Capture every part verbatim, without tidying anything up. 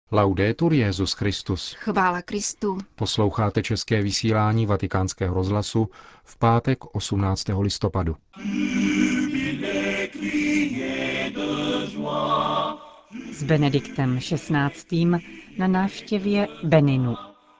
Laudetur Jesus Christus. Chvála Kristu. Posloucháte české vysílání Vatikánského rozhlasu v pátek osmnáctého listopadu. S Benediktem šestnáctým na návštěvě Beninu.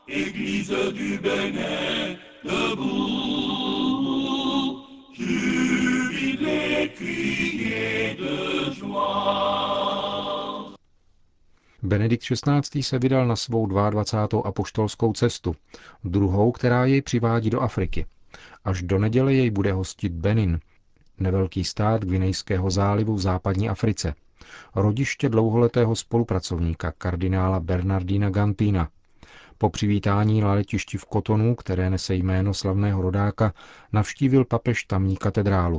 Benedikt šestnáctý se vydal na svou dvacátou druhou apoštolskou cestu, druhou, která jej přivádí do Afriky. Až do neděle jej bude hostit Benin, nevelký stát Gvinejského zálivu v západní Africe, rodiště dlouholetého spolupracovníka kardinála Bernardina Gantina. Po přivítání na letišti v Kotonu, které nese jméno slavného rodáka, navštívil papež tamní katedrálu.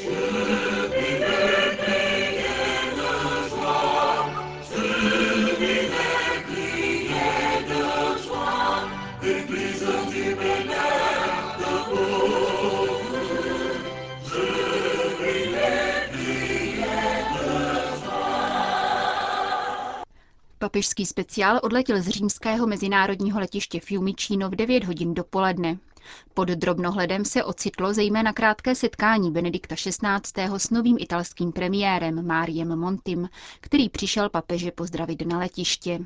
Papežský speciál odletěl z římského mezinárodního letiště Fiumicino v devět hodin dopoledne. Pod drobnohledem se ocitlo zejména krátké setkání Benedikta šestnáctého s novým italským premiérem Mariem Montim, který přišel papeže pozdravit na letiště.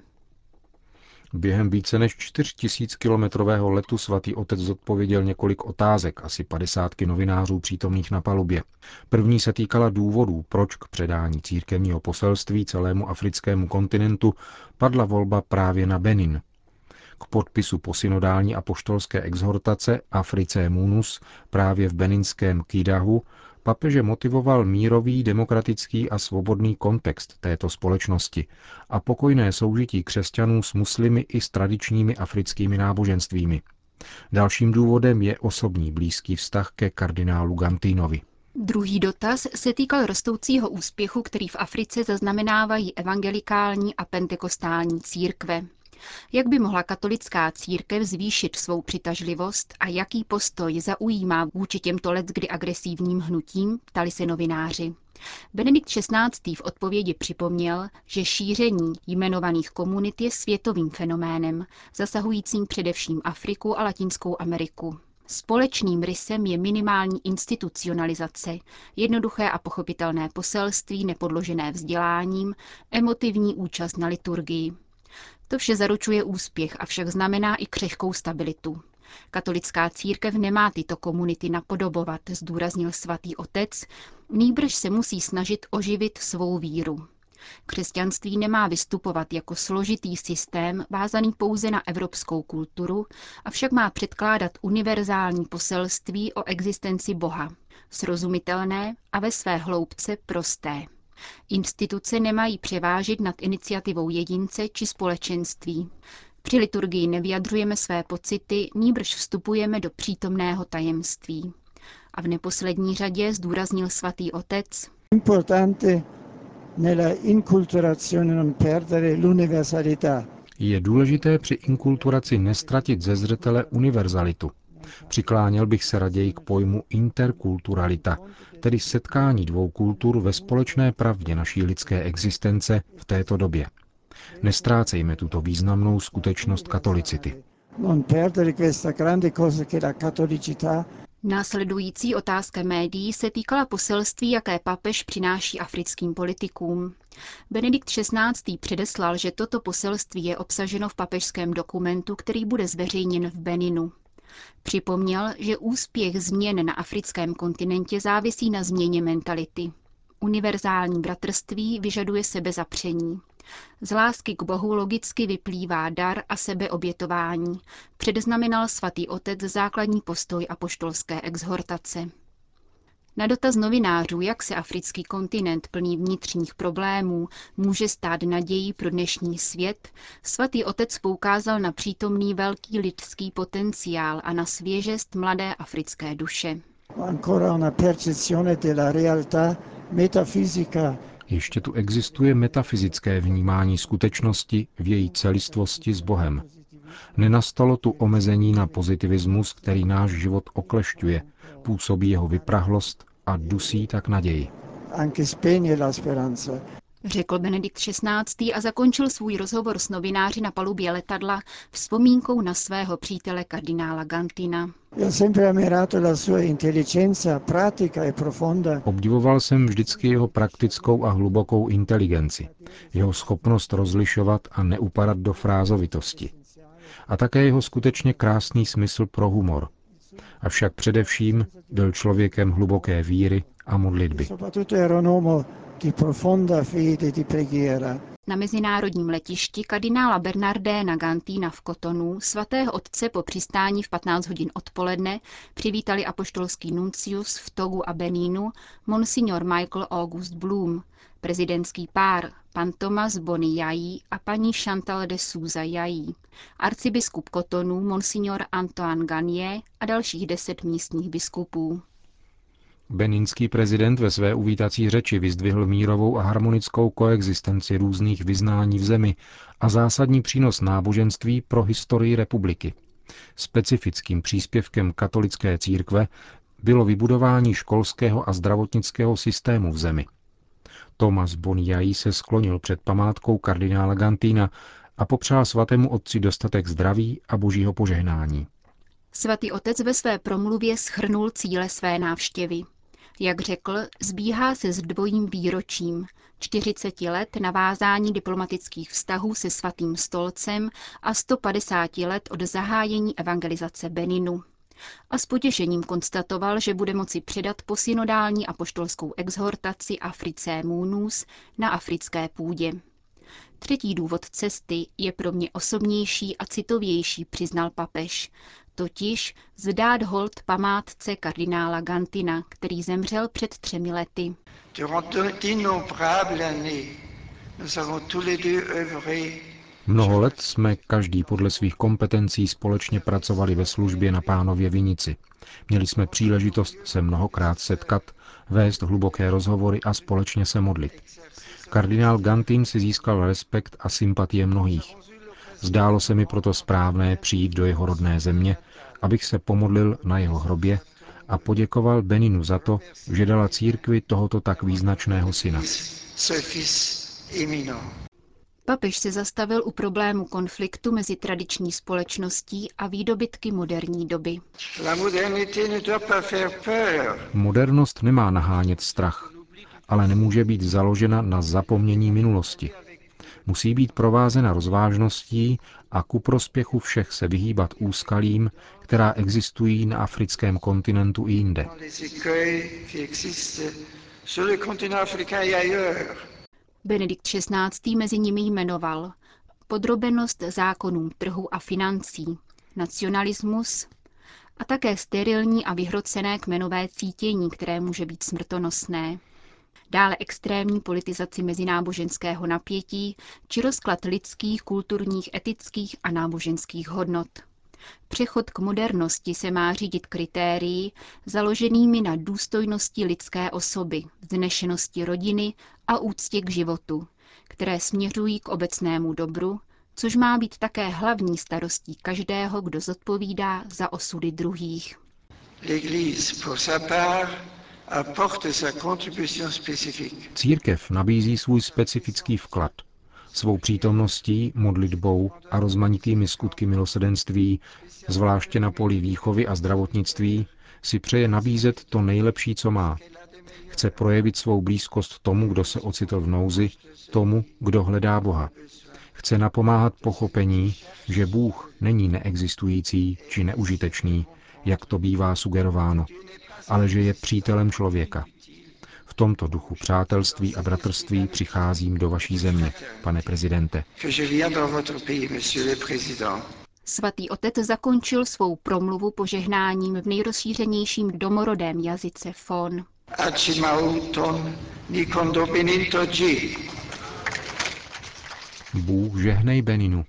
Během více než čtyřtisíckilometrového letu svatý otec zodpověděl několik otázek asi padesátky novinářů přítomných na palubě. První se týkala důvodů, proč k předání církevního poselství celému africkému kontinentu padla volba právě na Benin. K podpisu posynodální apoštolské exhortace Africae Munus právě v beninském Kidahu papeže motivoval mírový, demokratický a svobodný kontext této společnosti a pokojné soužití křesťanů s muslimy i s tradičními africkými náboženstvími. Dalším důvodem je osobní blízký vztah ke kardinálu Gantinovi. Druhý dotaz se týkal rostoucího úspěchu, který v Africe zaznamenávají evangelikální a pentekostální církve. Jak by mohla katolická církev zvýšit svou přitažlivost a jaký postoj zaujímá vůči těmto leckdy agresivním hnutím, ptali se novináři. Benedikt šestnáctý v odpovědi připomněl, že šíření jmenovaných komunit je světovým fenoménem, zasahujícím především Afriku a Latinskou Ameriku. Společným rysem je minimální institucionalizace, jednoduché a pochopitelné poselství nepodložené vzděláním, emotivní účast na liturgii. To vše zaručuje úspěch, avšak znamená i křehkou stabilitu. Katolická církev nemá tyto komunity napodobovat, zdůraznil svatý otec, nýbrž se musí snažit oživit svou víru. Křesťanství nemá vystupovat jako složitý systém vázaný pouze na evropskou kulturu, avšak má předkládat univerzální poselství o existenci Boha, srozumitelné a ve své hloubce prosté. Instituce nemají převážit nad iniciativou jedince či společenství. Při liturgii nevyjadřujeme své pocity, nýbrž vstupujeme do přítomného tajemství. A v neposlední řadě zdůraznil svatý otec, je důležité při inkulturaci nestratit ze zřetele univerzalitu. Přikláněl bych se raději k pojmu interkulturalita, tedy setkání dvou kultur ve společné pravdě naší lidské existence v této době. Nestrácejme tuto významnou skutečnost katolicity. Následující otázka médií se týkala poselství, jaké papež přináší africkým politikům. Benedikt šestnáctý předeslal, že toto poselství je obsaženo v papežském dokumentu, který bude zveřejněn v Beninu. Připomněl, že úspěch změn na africkém kontinentě závisí na změně mentality. Univerzální bratrství vyžaduje sebezapření. Z lásky k Bohu logicky vyplývá dar a sebeobětování, předznamenal svatý otec základní postoj apoštolské exhortace. Na dotaz novinářů, jak se africký kontinent plný vnitřních problémů může stát nadějí pro dnešní svět, svatý otec poukázal na přítomný velký lidský potenciál a na svěžest mladé africké duše. Ještě tu existuje metafyzické vnímání skutečnosti v její celistvosti s Bohem. Nenastalo tu omezení na pozitivismus, který náš život oklešťuje, působí jeho vyprahlost a dusí tak naději. řekl Benedikt šestnáctý a zakončil svůj rozhovor s novináři na palubě letadla vzpomínkou na svého přítele kardinála Gantina. Obdivoval jsem vždycky jeho praktickou a hlubokou inteligenci, jeho schopnost rozlišovat a neupadat do frázovitosti. A také jeho skutečně krásný smysl pro humor. Avšak především byl člověkem hluboké víry a modlitby. Na mezinárodním letišti kardinála Bernardéna Gantina v Cotonu svatého otce po přistání v patnáct hodin odpoledne přivítali apoštolský nuncius v Togu a Benínu monsignor Michael August Bloom, prezidentský pár pan Thomas Boni Yayi a paní Chantal de Souza Yayi, arcibiskup Cotonu monsignor Antoine Gagné a dalších deset místních biskupů. Beninský prezident ve své uvítací řeči vyzdvihl mírovou a harmonickou koexistenci různých vyznání v zemi a zásadní přínos náboženství pro historii republiky. Specifickým příspěvkem katolické církve bylo vybudování školského a zdravotnického systému v zemi. Thomas Boni Yayi se sklonil před památkou kardinála Gantina a popřál svatému otci dostatek zdraví a božího požehnání. Svatý otec ve své promluvě shrnul cíle své návštěvy. Jak řekl, zbíhá se s dvojím výročím, čtyřiceti let navázání diplomatických vztahů se Svatým stolcem a sto padesáti let od zahájení evangelizace Beninu. A s potěšením konstatoval, že bude moci předat posynodální apoštolskou exhortaci Africae Munus na africké půdě. Třetí důvod cesty je pro mě osobnější a citovější, přiznal papež, totiž vzdát hold památce kardinála Gantina, který zemřel před třemi lety. Mnoho let jsme každý podle svých kompetencí společně pracovali ve službě na Pánově vinici. Měli jsme příležitost se mnohokrát setkat, vést hluboké rozhovory a společně se modlit. Kardinál Gantin si získal respekt a sympatie mnohých. Zdálo se mi proto správné přijít do jeho rodné země, abych se pomodlil na jeho hrobě a poděkoval Beninu za to, že dala církvi tohoto tak význačného syna. Papež se zastavil u problému konfliktu mezi tradiční společností a výdobytky moderní doby. Modernost nemá nahánět strach, ale nemůže být založena na zapomnění minulosti. Musí být provázena rozvážností a ku prospěchu všech se vyhýbat úskalím, která existují na africkém kontinentu i jinde. Benedikt šestnáctý mezi nimi jmenoval podrobenost zákonům trhu a financí, nacionalismus a také sterilní a vyhrocené kmenové cítění, které může být smrtonosné. Dále extrémní politizaci mezináboženského napětí či rozklad lidských, kulturních, etických a náboženských hodnot. Přechod k modernosti se má řídit kritérii založenými na důstojnosti lidské osoby, vznešenosti rodiny a úctě k životu, které směřují k obecnému dobru, což má být také hlavní starostí každého, kdo zodpovídá za osudy druhých. Církev nabízí svůj specifický vklad. Svou přítomností, modlitbou a rozmanitými skutky milosrdenství, zvláště na poli výchovy a zdravotnictví, si přeje nabízet to nejlepší, co má. Chce projevit svou blízkost tomu, kdo se ocitl v nouzi, tomu, kdo hledá Boha. Chce napomáhat pochopení, že Bůh není neexistující či neužitečný, jak to bývá sugerováno, ale že je přítelem člověka. V tomto duchu přátelství a bratrství přicházím do vaší země, pane prezidente. Svatý otec zakončil svou promluvu požehnáním v nejrozšířenějším domorodém jazyce Fon. Bůh žehnej Beninu.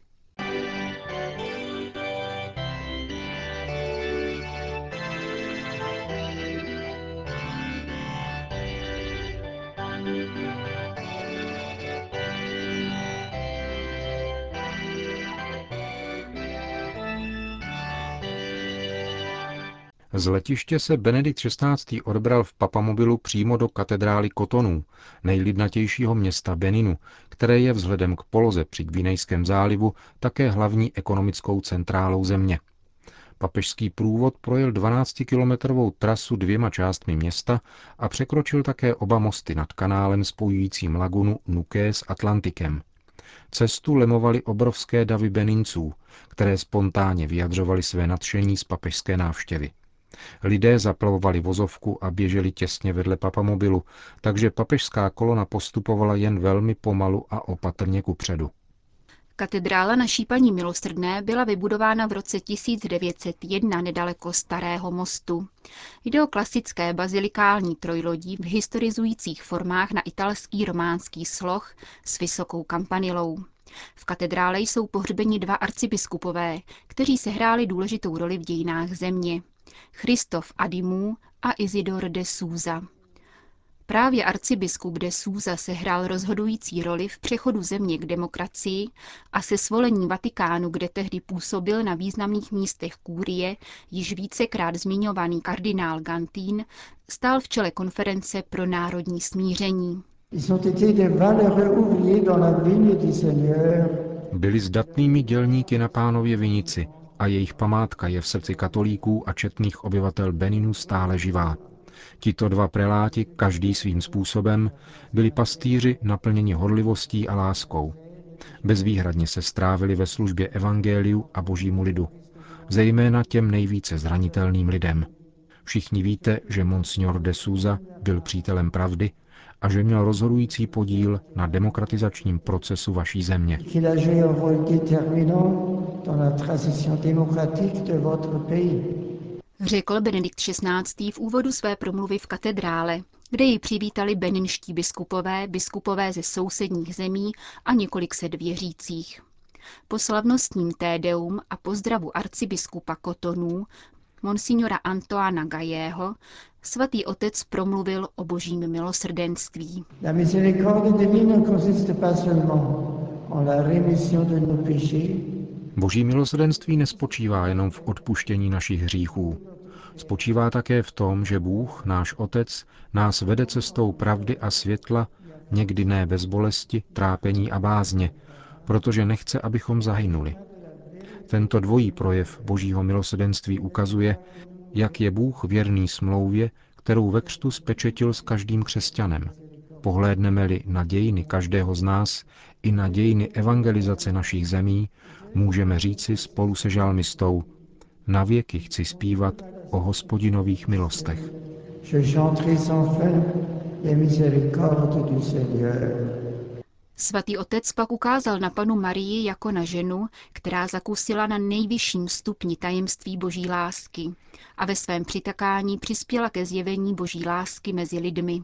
Z letiště se Benedikt šestnáctý odebral v papamobilu přímo do katedrály Kotonu, nejlidnatějšího města Beninu, které je vzhledem k poloze při Gvinejském zálivu také hlavní ekonomickou centrálou země. Papežský průvod projel dvanáctikilometrovou trasu dvěma částmi města a překročil také oba mosty nad kanálem spojujícím lagunu Nuké s Atlantikem. Cestu lemovaly obrovské davy Beninců, které spontánně vyjadřovaly své nadšení z papežské návštěvy. Lidé zaplavovali vozovku a běželi těsně vedle papamobilu, takže papežská kolona postupovala jen velmi pomalu a opatrně kupředu. Katedrála Naší Paní milosrdné byla vybudována v roce tisíc devět set jedna nedaleko Starého mostu. Jde o klasické bazilikální trojlodí v historizujících formách na italský románský sloh s vysokou kampanilou. V katedrále jsou pohřbeni dva arcibiskupové, kteří sehráli důležitou roli v dějinách země. Christophe Adimou a Isidore de Souza. Právě arcibiskup de Souza sehrál rozhodující roli v přechodu země k demokracii a se svolením Vatikánu, kde tehdy působil na významných místech kúrie, již vícekrát zmiňovaný kardinál Gantín, stál v čele konference pro národní smíření. Byli zdatnými dělníky na Pánově vinici a jejich památka je v srdci katolíků a četných obyvatel Beninu stále živá. Tito dva preláti, každý svým způsobem, byli pastýři naplněni horlivostí a láskou. Bezvýhradně se strávili ve službě evangeliu a božímu lidu, zejména těm nejvíce zranitelným lidem. Všichni víte, že Monsignor de Souza byl přítelem pravdy a že měl rozhodující podíl na demokratizačním procesu vaší země. Řekl Benedikt šestnáctý v úvodu své promluvy v katedrále, kde ji přivítali beninští biskupové, biskupové ze sousedních zemí a několik set věřících. Po slavnostním tédeum a pozdravu arcibiskupa Kotonu, monsignora Antoana Gajého, svatý otec promluvil o božím milosrdenství. La miséricorde divine ne consiste pas seulement en la rémission de nos péchés. Boží milosrdenství nespočívá jenom v odpuštění našich hříchů. Spočívá také v tom, že Bůh, náš Otec, nás vede cestou pravdy a světla, někdy ne bez bolesti, trápení a bázně, protože nechce, abychom zahynuli. Tento dvojí projev Božího milosrdenství ukazuje, jak je Bůh věrný smlouvě, kterou ve křtu spečetil s každým křesťanem. Pohlédneme-li na dějiny každého z nás i na dějiny evangelizace našich zemí, můžeme říci spolu se žalmistou: na věky chci zpívat o Hospodinových milostech. Svatý otec pak ukázal na Pannu Marii jako na ženu, která zakusila na nejvyšším stupni tajemství boží lásky a ve svém přitakání přispěla ke zjevení boží lásky mezi lidmi.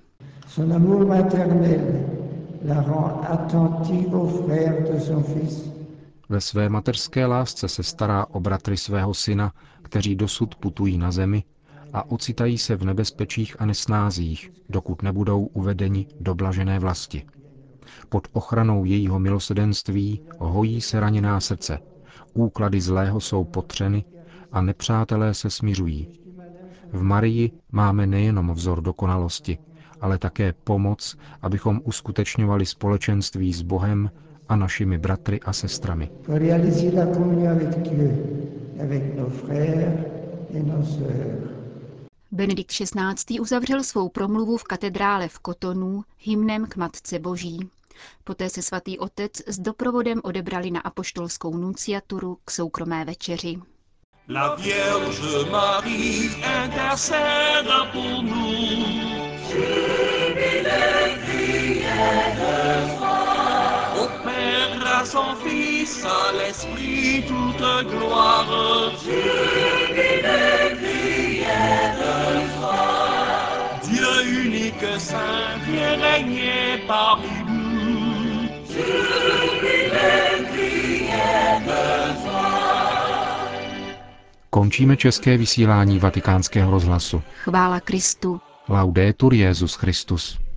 Ve své mateřské lásce se stará o bratry svého syna, kteří dosud putují na zemi a ocitají se v nebezpečích a nesnázích, dokud nebudou uvedeni do blažené vlasti. Pod ochranou jejího milosrdenství hojí se raněná srdce, úklady zlého jsou potřeny a nepřátelé se smiřují. V Marii máme nejenom vzor dokonalosti, ale také pomoc, abychom uskutečňovali společenství s Bohem a našimi bratry a sestrami. Benedikt šestnáctý uzavřel svou promluvu v katedrále v Kotonu hymnem k Matce Boží. Poté se svatý otec s doprovodem odebrali na apoštolskou nunciaturu k soukromé večeři. La Vierge Marie intercède pour nous. Au Père, à son Fils, à l'Esprit, toute gloire. Dieu unique, saint, viens régner parmi nous. Končíme české vysílání Vatikánského rozhlasu. Chvála Kristu. Laudetur Jesus Christus.